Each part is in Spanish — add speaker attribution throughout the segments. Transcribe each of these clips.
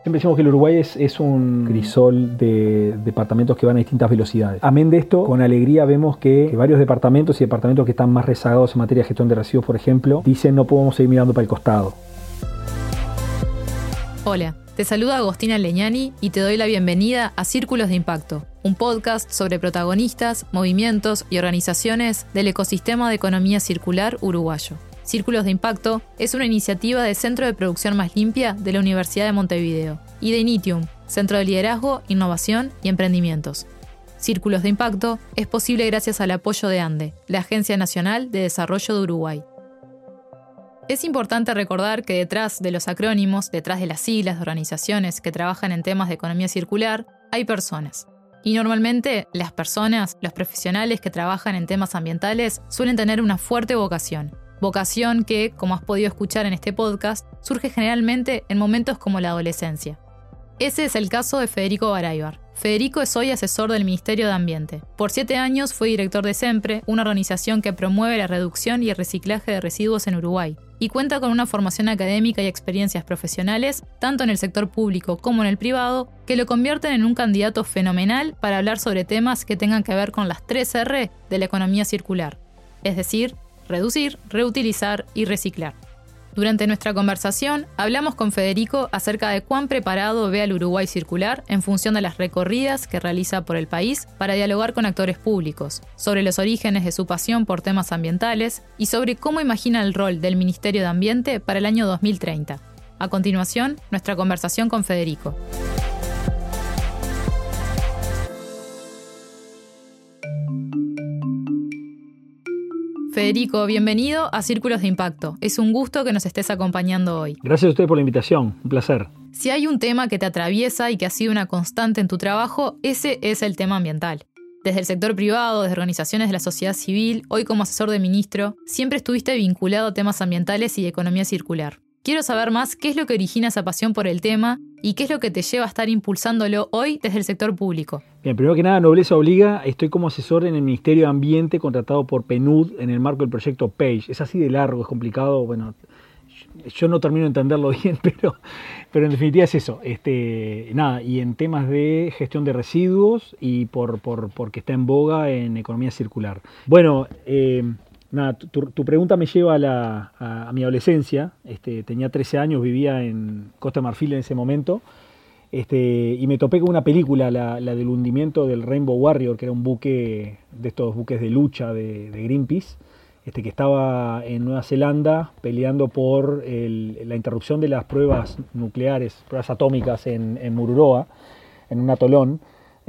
Speaker 1: Siempre decimos que el Uruguay es un crisol de departamentos que van a distintas velocidades. Amén de esto, con alegría vemos que varios departamentos y departamentos que están más rezagados en materia de gestión de residuos, por ejemplo, dicen no podemos seguir mirando para el costado.
Speaker 2: Hola, te saluda Agostina Leñani y te doy la bienvenida a Círculos de Impacto, un podcast sobre protagonistas, movimientos y organizaciones del ecosistema de economía circular uruguayo. Círculos de Impacto es una iniciativa del Centro de Producción Más Limpia de la Universidad de Montevideo y de Initium, Centro de Liderazgo, Innovación y Emprendimientos. Círculos de Impacto es posible gracias al apoyo de ANDE, la Agencia Nacional de Desarrollo de Uruguay. Es importante recordar que detrás de los acrónimos, detrás de las siglas de organizaciones que trabajan en temas de economía circular, hay personas. Y normalmente las personas, los profesionales que trabajan en temas ambientales suelen tener una fuerte vocación. Vocación que, como has podido escuchar en este podcast, surge generalmente en momentos como la adolescencia. Ese es el caso de Federico Garaybar. Federico es hoy asesor del Ministerio de Ambiente. Por 7 años fue director de SEMPRE, una organización que promueve la reducción y el reciclaje de residuos en Uruguay, y cuenta con una formación académica y experiencias profesionales, tanto en el sector público como en el privado, que lo convierten en un candidato fenomenal para hablar sobre temas que tengan que ver con las 3 R de la economía circular, es decir, reducir, reutilizar y reciclar. Durante nuestra conversación, hablamos con Federico acerca de cuán preparado ve al Uruguay circular en función de las recorridas que realiza por el país para dialogar con actores públicos, sobre los orígenes de su pasión por temas ambientales y sobre cómo imagina el rol del Ministerio de Ambiente para el año 2030. A continuación, nuestra conversación con Federico. Federico, bienvenido a Círculos de Impacto. Es un gusto que nos estés acompañando hoy.
Speaker 1: Gracias a ustedes por la invitación, un placer.
Speaker 2: Si hay un tema que te atraviesa y que ha sido una constante en tu trabajo, ese es el tema ambiental. Desde el sector privado, desde organizaciones de la sociedad civil, hoy como asesor de ministro, siempre estuviste vinculado a temas ambientales y de economía circular. Quiero saber más qué es lo que origina esa pasión por el tema y qué es lo que te lleva a estar impulsándolo hoy desde el sector público.
Speaker 1: Bien, primero que nada, nobleza obliga, estoy como asesor en el Ministerio de Ambiente contratado por PNUD en el marco del proyecto PAGE. Es así de largo, es complicado, bueno, yo no termino de entenderlo bien, pero en definitiva es eso. Y en temas de gestión de residuos y porque está en boga en economía circular. Bueno, tu pregunta me lleva a mi adolescencia. Tenía 13 años, vivía en Costa de Marfil en ese momento. Y me topé con una película, la del hundimiento del Rainbow Warrior, que era un buque de estos buques de lucha de Greenpeace, que estaba en Nueva Zelanda peleando por la interrupción de las pruebas nucleares, pruebas atómicas en Mururoa, en un atolón,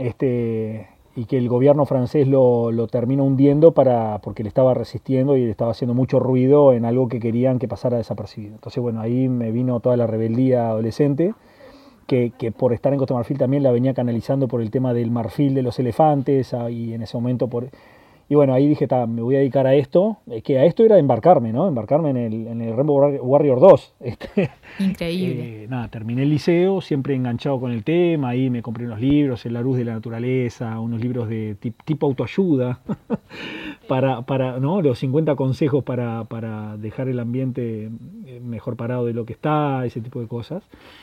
Speaker 1: y que el gobierno francés lo terminó hundiendo porque le estaba resistiendo y le estaba haciendo mucho ruido en algo que querían que pasara desapercibido. Entonces, bueno, ahí me vino toda la rebeldía adolescente, que por estar en Costa de Marfil también la venía canalizando por el tema del marfil de los elefantes, y en ese momento y bueno, ahí dije, me voy a dedicar a esto, que a esto era embarcarme, ¿no? Embarcarme en el Rainbow Warrior 2.
Speaker 2: Increíble.
Speaker 1: Terminé el liceo, siempre enganchado con el tema, ahí me compré unos libros, En la luz de la naturaleza, unos libros de tipo autoayuda, para ¿no? Los 50 consejos para dejar el ambiente mejor parado de lo que está, ese tipo de cosas.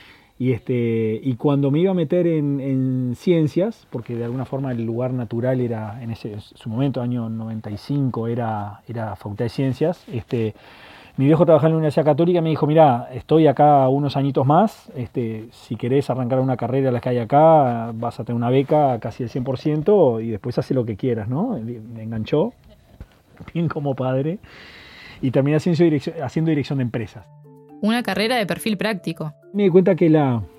Speaker 1: Y cuando me iba a meter en ciencias, porque de alguna forma el lugar natural era, en su momento, año 95, era Facultad de Ciencias, mi viejo trabajaba en la Universidad Católica y me dijo, mira, estoy acá unos añitos más, si querés arrancar una carrera la que hay acá, vas a tener una beca casi al 100% y después hace lo que quieras, ¿no? Me enganchó, bien como padre, y terminé haciendo dirección de empresas.
Speaker 2: Una carrera de perfil práctico.
Speaker 1: Me di cuenta que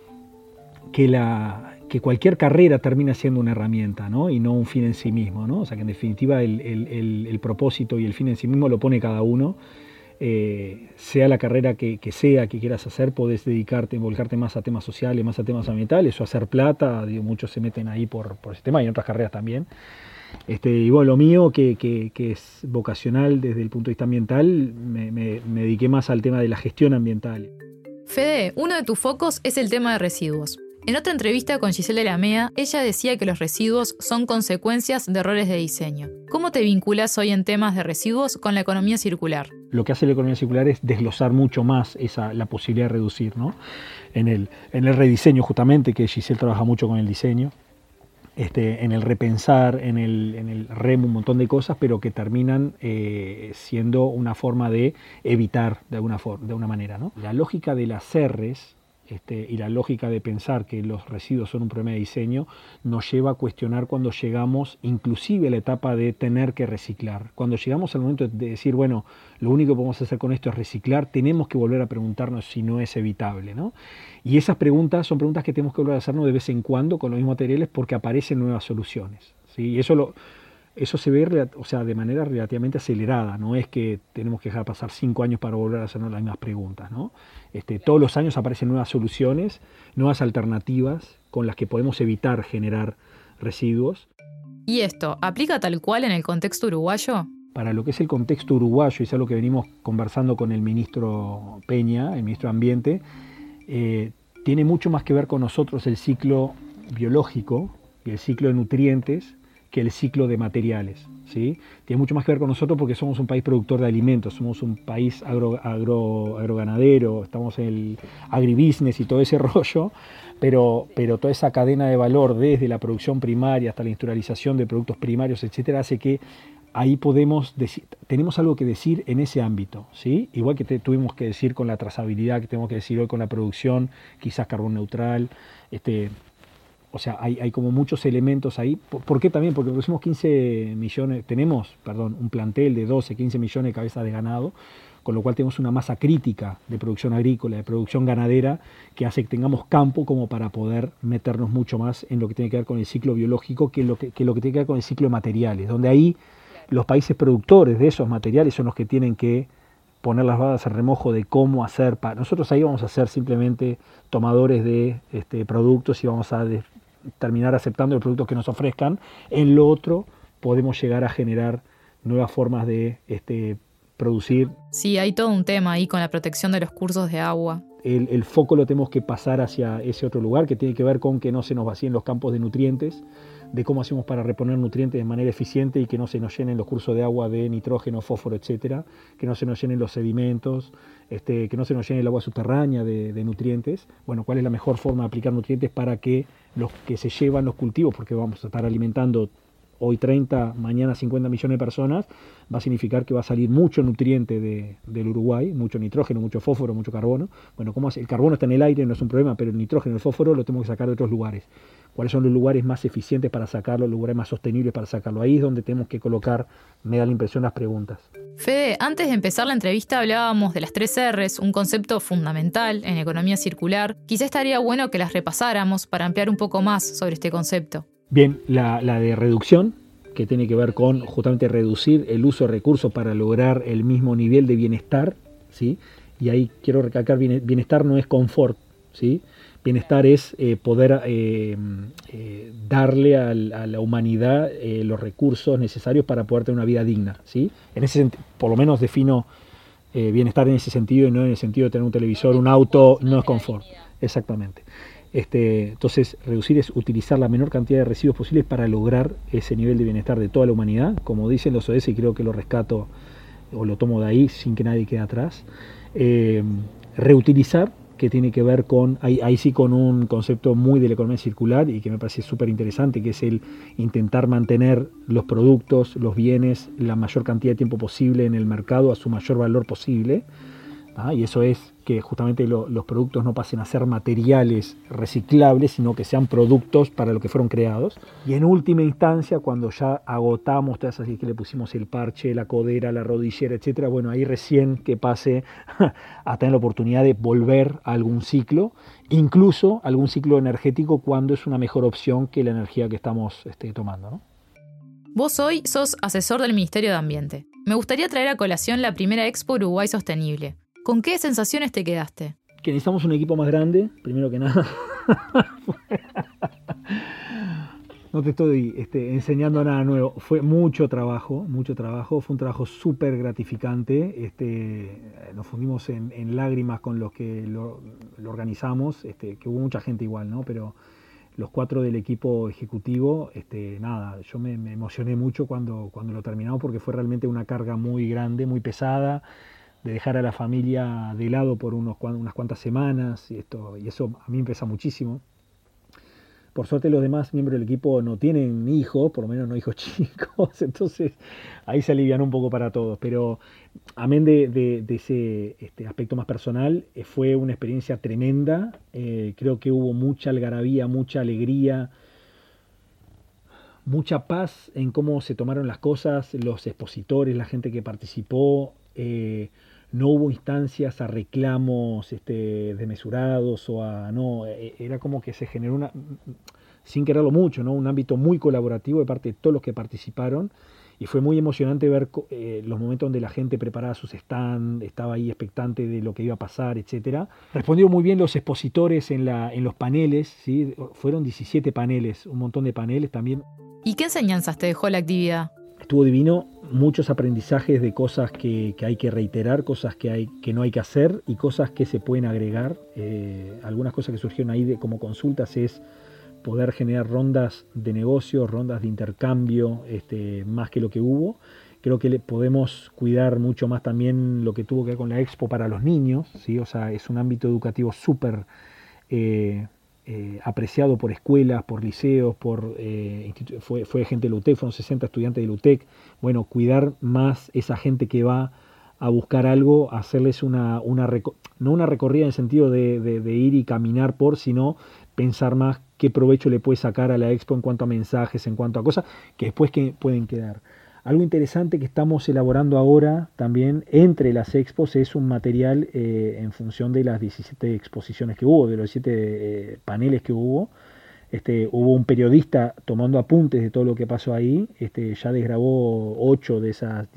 Speaker 1: cualquier carrera termina siendo una herramienta, ¿no? Y no un fin en sí mismo, ¿no? O sea que en definitiva el propósito y el fin en sí mismo lo pone cada uno. Sea la carrera que sea que quieras hacer, podés volcarte más a temas sociales, más a temas ambientales o a hacer plata. Muchos se meten ahí por ese tema y en otras carreras también. Y bueno, lo mío, que es vocacional desde el punto de vista ambiental, me dediqué más al tema de la gestión ambiental.
Speaker 2: Fede, uno de tus focos es el tema de residuos. En otra entrevista con Giselle de la Mea, ella decía que los residuos son consecuencias de errores de diseño. ¿Cómo te vinculas hoy en temas de residuos con la economía circular?
Speaker 1: lo que hace la economía circular es desglosar mucho más la posibilidad de reducir, ¿no? En el rediseño justamente, que Giselle trabaja mucho con el diseño, en el repensar, en el un montón de cosas, pero que terminan siendo una forma de evitar de alguna manera, ¿no? La lógica de las R's y la lógica de pensar que los residuos son un problema de diseño nos lleva a cuestionar cuando llegamos inclusive a la etapa de tener que reciclar. Cuando llegamos al momento de decir, bueno, lo único que podemos hacer con esto es reciclar, tenemos que volver a preguntarnos si no es evitable, ¿no? Y esas preguntas son preguntas que tenemos que volver a hacernos de vez en cuando con los mismos materiales porque aparecen nuevas soluciones, ¿sí? Y eso se ve de manera relativamente acelerada, no es que tenemos que dejar pasar 5 años para volver a hacernos las mismas preguntas, ¿no? Todos los años aparecen nuevas soluciones, nuevas alternativas con las que podemos evitar generar residuos.
Speaker 2: ¿Y esto aplica tal cual en el contexto uruguayo?
Speaker 1: Para lo que es el contexto uruguayo, y es algo que venimos conversando con el ministro Peña, el ministro de Ambiente, tiene mucho más que ver con nosotros el ciclo biológico y el ciclo de nutrientes que el ciclo de materiales, ¿sí? Tiene mucho más que ver con nosotros porque somos un país productor de alimentos, somos un país agroganadero, estamos en el agribusiness y todo ese rollo, pero toda esa cadena de valor desde la producción primaria hasta la industrialización de productos primarios, etcétera, hace que ahí tenemos algo que decir en ese ámbito, ¿sí? Igual que tuvimos que decir con la trazabilidad, que tenemos que decir hoy con la producción, quizás carbón neutral, o sea, hay como muchos elementos ahí. ¿Por qué también? Porque producimos 15 millones, tenemos, un plantel de 12, 15 millones de cabezas de ganado, con lo cual tenemos una masa crítica de producción agrícola, de producción ganadera, que hace que tengamos campo como para poder meternos mucho más en lo que tiene que ver con el ciclo biológico que lo que tiene que ver con el ciclo de materiales, donde ahí los países productores de esos materiales son los que tienen que poner las balas en remojo de cómo hacer. Nosotros ahí vamos a ser simplemente tomadores de productos y vamos a terminar aceptando los productos que nos ofrezcan. En lo otro podemos llegar a generar nuevas formas de producir.
Speaker 2: Sí, hay todo un tema ahí con la protección de los cursos de agua.
Speaker 1: El foco lo tenemos que pasar hacia ese otro lugar que tiene que ver con que no se nos vacíen los campos de nutrientes, de cómo hacemos para reponer nutrientes de manera eficiente y que no se nos llenen los cursos de agua de nitrógeno, fósforo, etcétera, que no se nos llenen los sedimentos, que no se nos llene el agua subterránea de nutrientes. Bueno, ¿cuál es la mejor forma de aplicar nutrientes para que los que se llevan los cultivos, porque vamos a estar alimentando hoy 30, mañana 50 millones de personas, va a significar que va a salir mucho nutriente del Uruguay, mucho nitrógeno, mucho fósforo, mucho carbono. Bueno, ¿cómo hace? El carbono está en el aire, no es un problema, pero el nitrógeno, el fósforo lo tenemos que sacar de otros lugares. ¿Cuáles son los lugares más eficientes para sacarlo, los lugares más sostenibles para sacarlo? Ahí es donde tenemos que colocar, me da la impresión, las preguntas.
Speaker 2: Fede, antes de empezar la entrevista hablábamos de las 3 R's, un concepto fundamental en economía circular. Quizá estaría bueno que las repasáramos para ampliar un poco más sobre este concepto.
Speaker 1: Bien, la de reducción, que tiene que ver con justamente reducir el uso de recursos para lograr el mismo nivel de bienestar, ¿sí? Y ahí quiero recalcar, bienestar no es confort, ¿sí? Bienestar es poder darle a la humanidad los recursos necesarios para poder tener una vida digna, ¿sí? En ese sentido, por lo menos defino bienestar en ese sentido y no en el sentido de tener un televisor, un auto, no es confort, exactamente. Entonces, reducir es utilizar la menor cantidad de residuos posibles para lograr ese nivel de bienestar de toda la humanidad, como dicen los ODS, y creo que lo rescato o lo tomo de ahí sin que nadie quede atrás. Reutilizar, que tiene que ver con, ahí sí con un concepto muy de la economía circular y que me parece súper interesante, que es el intentar mantener los productos, los bienes, la mayor cantidad de tiempo posible en el mercado a su mayor valor posible. Y eso es que justamente los productos no pasen a ser materiales reciclables, sino que sean productos para lo que fueron creados. Y en última instancia, cuando ya agotamos todas esas, que le pusimos el parche, la codera, la rodillera, etcétera, bueno, ahí recién que pase a tener la oportunidad de volver a algún ciclo, incluso algún ciclo energético cuando es una mejor opción que la energía que estamos tomando, ¿no?
Speaker 2: Vos hoy sos asesor del Ministerio de Ambiente. Me gustaría traer a colación la primera Expo Uruguay Sostenible. ¿Con qué sensaciones te quedaste?
Speaker 1: Que necesitamos un equipo más grande, primero que nada. No te estoy enseñando nada nuevo. Fue mucho trabajo. Fue un trabajo súper gratificante. Nos fundimos en lágrimas con los que lo organizamos, que hubo mucha gente igual, ¿no? Pero los 4 del equipo ejecutivo, yo me emocioné mucho cuando lo terminamos porque fue realmente una carga muy grande, muy pesada, de dejar a la familia de lado por unas cuantas semanas, y eso a mí me pesa muchísimo. Por suerte los demás miembros del equipo no tienen hijos, por lo menos no hijos chicos, entonces ahí se alivian un poco para todos. Pero amén de ese aspecto más personal, fue una experiencia tremenda. Creo que hubo mucha algarabía, mucha alegría, mucha paz en cómo se tomaron las cosas, los expositores, la gente que participó. No hubo instancias a reclamos desmesurados era como que se generó sin quererlo mucho, ¿no? Un ámbito muy colaborativo de parte de todos los que participaron, y fue muy emocionante ver los momentos donde la gente preparaba sus stands, estaba ahí expectante de lo que iba a pasar, etcétera. Respondieron muy bien los expositores en los paneles, ¿sí? Fueron 17 paneles, un montón de paneles también.
Speaker 2: ¿Y qué enseñanzas te dejó la actividad?
Speaker 1: Estuvo divino, muchos aprendizajes de cosas que hay que reiterar, cosas que no hay que hacer y cosas que se pueden agregar. Algunas cosas que surgieron ahí como consultas es poder generar rondas de negocio, rondas de intercambio, más que lo que hubo. Creo que podemos cuidar mucho más también lo que tuvo que ver con la Expo para los niños, ¿sí? O sea, es un ámbito educativo súper apreciado por escuelas, por liceos, fue gente del UTEC, fueron 60 estudiantes del UTEC. Bueno, cuidar más esa gente que va a buscar algo, hacerles no una recorrida en el sentido de ir y caminar sino pensar más qué provecho le puede sacar a la Expo en cuanto a mensajes, en cuanto a cosas que después pueden quedar. Algo interesante que estamos elaborando ahora también entre las expos es un material en función de las 17 exposiciones que hubo, de los 17 paneles que hubo. Hubo un periodista tomando apuntes de todo lo que pasó ahí, ya desgrabó 8 de esas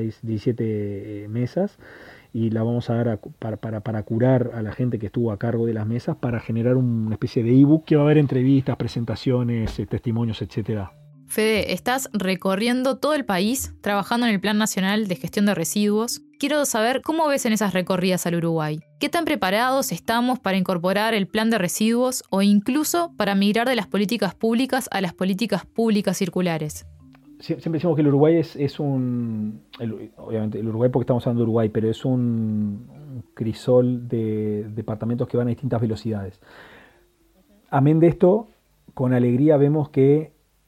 Speaker 1: 17 mesas, y la vamos a dar para curar a la gente que estuvo a cargo de las mesas, para generar una especie de ebook que va a haber entrevistas, presentaciones, testimonios, etcétera.
Speaker 2: Fede, estás recorriendo todo el país, trabajando en el Plan Nacional de Gestión de Residuos. Quiero saber cómo ves en esas recorridas al Uruguay. ¿Qué tan preparados estamos para incorporar el plan de residuos o incluso para migrar de las políticas públicas a las políticas públicas circulares?
Speaker 1: Siempre decimos que el Uruguay obviamente el Uruguay porque estamos hablando de Uruguay, pero es un crisol de departamentos que van a distintas velocidades. Amén de esto, con alegría vemos que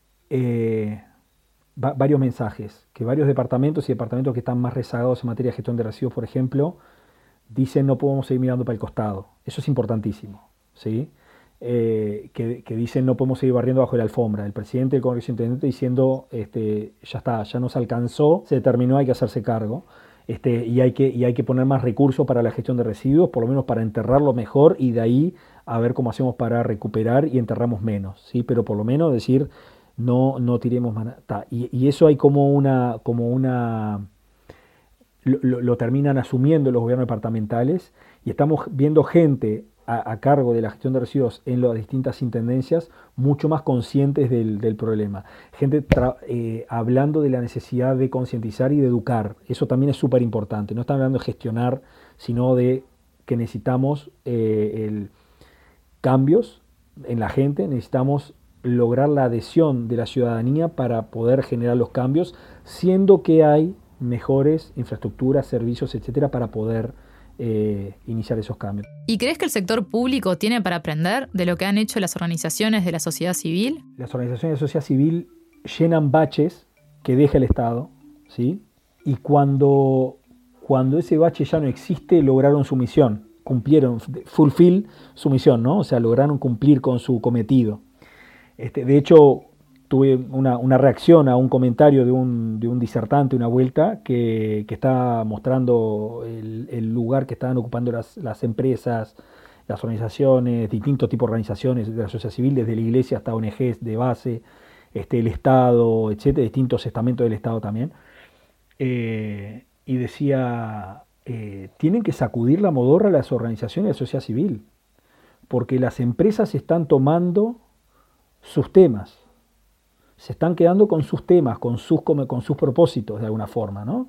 Speaker 1: varios mensajes, que varios departamentos y departamentos que están más rezagados en materia de gestión de residuos, por ejemplo, dicen no podemos seguir mirando para el costado. Eso es importantísimo, ¿sí? Que dicen no podemos seguir barriendo bajo la alfombra. El presidente del Congreso Intendente diciendo ya está, ya nos alcanzó, se determinó, hay que hacerse cargo. Y hay que poner más recursos para la gestión de residuos, por lo menos para enterrarlo mejor, y de ahí a ver cómo hacemos para recuperar y enterramos menos, ¿sí? Pero por lo menos decir no tiremos más. Y eso hay lo terminan asumiendo los gobiernos departamentales, y estamos viendo gente a cargo de la gestión de residuos en las distintas intendencias mucho más conscientes del problema. Gente hablando de la necesidad de concientizar y de educar. Eso también es súper importante. No están hablando de gestionar, sino de que necesitamos cambios en la gente, necesitamos lograr la adhesión de la ciudadanía para poder generar los cambios, siendo que hay mejores infraestructuras, servicios, etcétera, para poder iniciar esos cambios.
Speaker 2: ¿Y crees que el sector público tiene para aprender de lo que han hecho las organizaciones de la sociedad civil?
Speaker 1: Las organizaciones de la sociedad civil llenan baches que deja el Estado, ¿sí? Y cuando ese bache ya no existe, lograron su misión, cumplieron, fulfill su misión, ¿no? O sea, lograron cumplir con su cometido. De hecho, tuve una reacción a un comentario de un disertante, una vuelta, que está mostrando el lugar que estaban ocupando las empresas, las organizaciones, distintos tipos de organizaciones de la sociedad civil, desde la iglesia hasta ONGs de base, el Estado, etcétera, distintos estamentos del Estado también. Y decía, tienen que sacudir la modorra a las organizaciones de la sociedad civil, porque las empresas están tomando sus temas, se están quedando con sus temas, con sus propósitos de alguna forma, ¿no?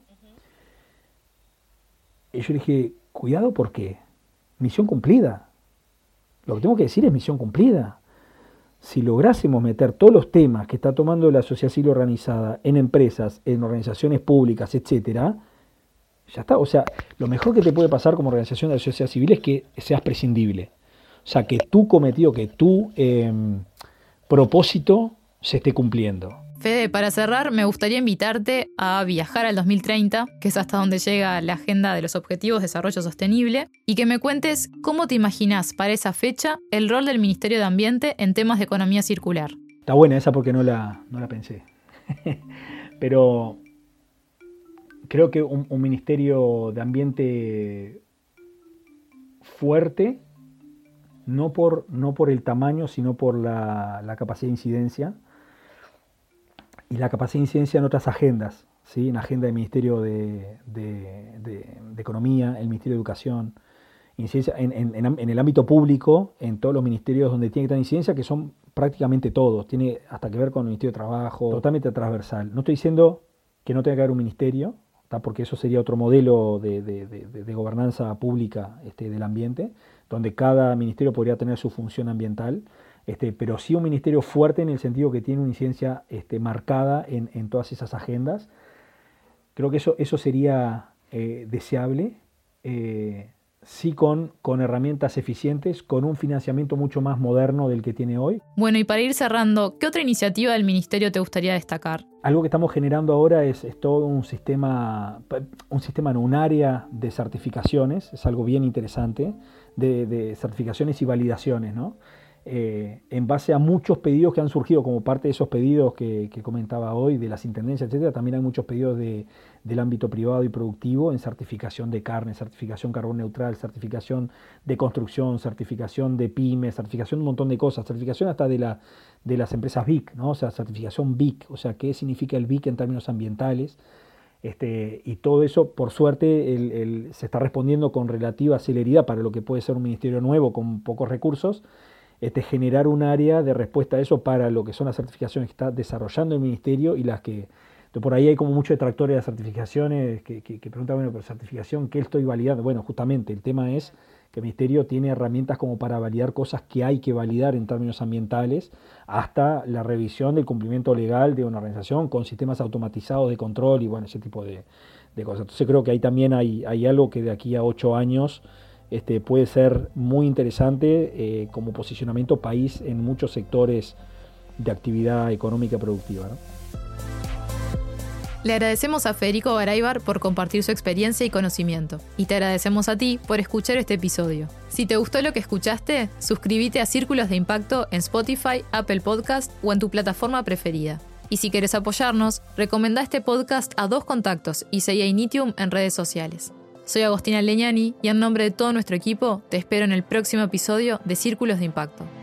Speaker 1: Y yo le dije, cuidado, porque misión cumplida. Lo que tengo que decir es misión cumplida. Si lográsemos meter todos los temas que está tomando la sociedad civil organizada en empresas, en organizaciones públicas, etcétera, Ya está. O sea, lo mejor que te puede pasar como organización de la sociedad civil es que seas prescindible. O sea, que tu cometido, que tu propósito se esté cumpliendo.
Speaker 2: Fede, para cerrar, me gustaría invitarte a viajar al 2030, que es hasta donde llega la agenda de los Objetivos de Desarrollo Sostenible, y que me cuentes cómo te imaginás para esa fecha el rol del Ministerio de Ambiente en temas de economía circular.
Speaker 1: Está buena esa porque no la pensé. Pero creo que un Ministerio de Ambiente fuerte, no por el tamaño, sino por la capacidad de incidencia. Y la capacidad de incidencia en otras agendas, ¿sí? En la agenda del Ministerio de Economía, el Ministerio de Educación, incidencia en el ámbito público, en todos los ministerios donde tiene que tener incidencia, que son prácticamente todos, tiene hasta que ver con el Ministerio de Trabajo, totalmente transversal. No estoy diciendo que no tenga que haber un ministerio, ¿tá? Porque eso sería otro modelo de gobernanza pública del ambiente, donde cada ministerio podría tener su función ambiental. Pero sí un ministerio fuerte en el sentido que tiene una incidencia marcada en todas esas agendas. Creo que eso sería deseable, sí con herramientas eficientes, con un financiamiento mucho más moderno del que tiene hoy.
Speaker 2: Bueno, y para ir cerrando, ¿qué otra iniciativa del Ministerio te gustaría destacar?
Speaker 1: Algo que estamos generando ahora es todo un sistema, no, un área de certificaciones, es algo bien interesante, de certificaciones y validaciones, ¿no? En base a muchos pedidos que han surgido como parte de esos pedidos que comentaba hoy, de las intendencias, etcétera. También hay muchos pedidos del ámbito privado y productivo en certificación de carne, certificación carbón neutral, certificación de construcción, certificación de pymes, certificación de un montón de cosas, certificación hasta de las empresas BIC, ¿no? O sea, certificación BIC, o sea, ¿qué significa el BIC en términos ambientales? Y todo eso, por suerte, se está respondiendo con relativa celeridad para lo que puede ser un ministerio nuevo con pocos recursos. Generar un área de respuesta a eso para lo que son las certificaciones que está desarrollando el ministerio y las que... Por ahí hay como muchos detractores de las certificaciones que preguntan, bueno, pero certificación, ¿qué estoy validando? Bueno, justamente el tema es que el ministerio tiene herramientas como para validar cosas que hay que validar en términos ambientales, hasta la revisión del cumplimiento legal de una organización con sistemas automatizados de control y bueno, ese tipo de cosas. Entonces creo que ahí también hay algo que de aquí a 8 años... puede ser muy interesante como posicionamiento país en muchos sectores de actividad económica productiva, ¿no?
Speaker 2: Le agradecemos a Federico Garaybar por compartir su experiencia y conocimiento. Y te agradecemos a ti por escuchar este episodio. Si te gustó lo que escuchaste, suscríbete a Círculos de Impacto en Spotify, Apple Podcast o en tu plataforma preferida. Y si quieres apoyarnos, recomendá este podcast a 2 contactos y seguí a Initium en redes sociales. Soy Agostina Leñani y en nombre de todo nuestro equipo te espero en el próximo episodio de Círculos de Impacto.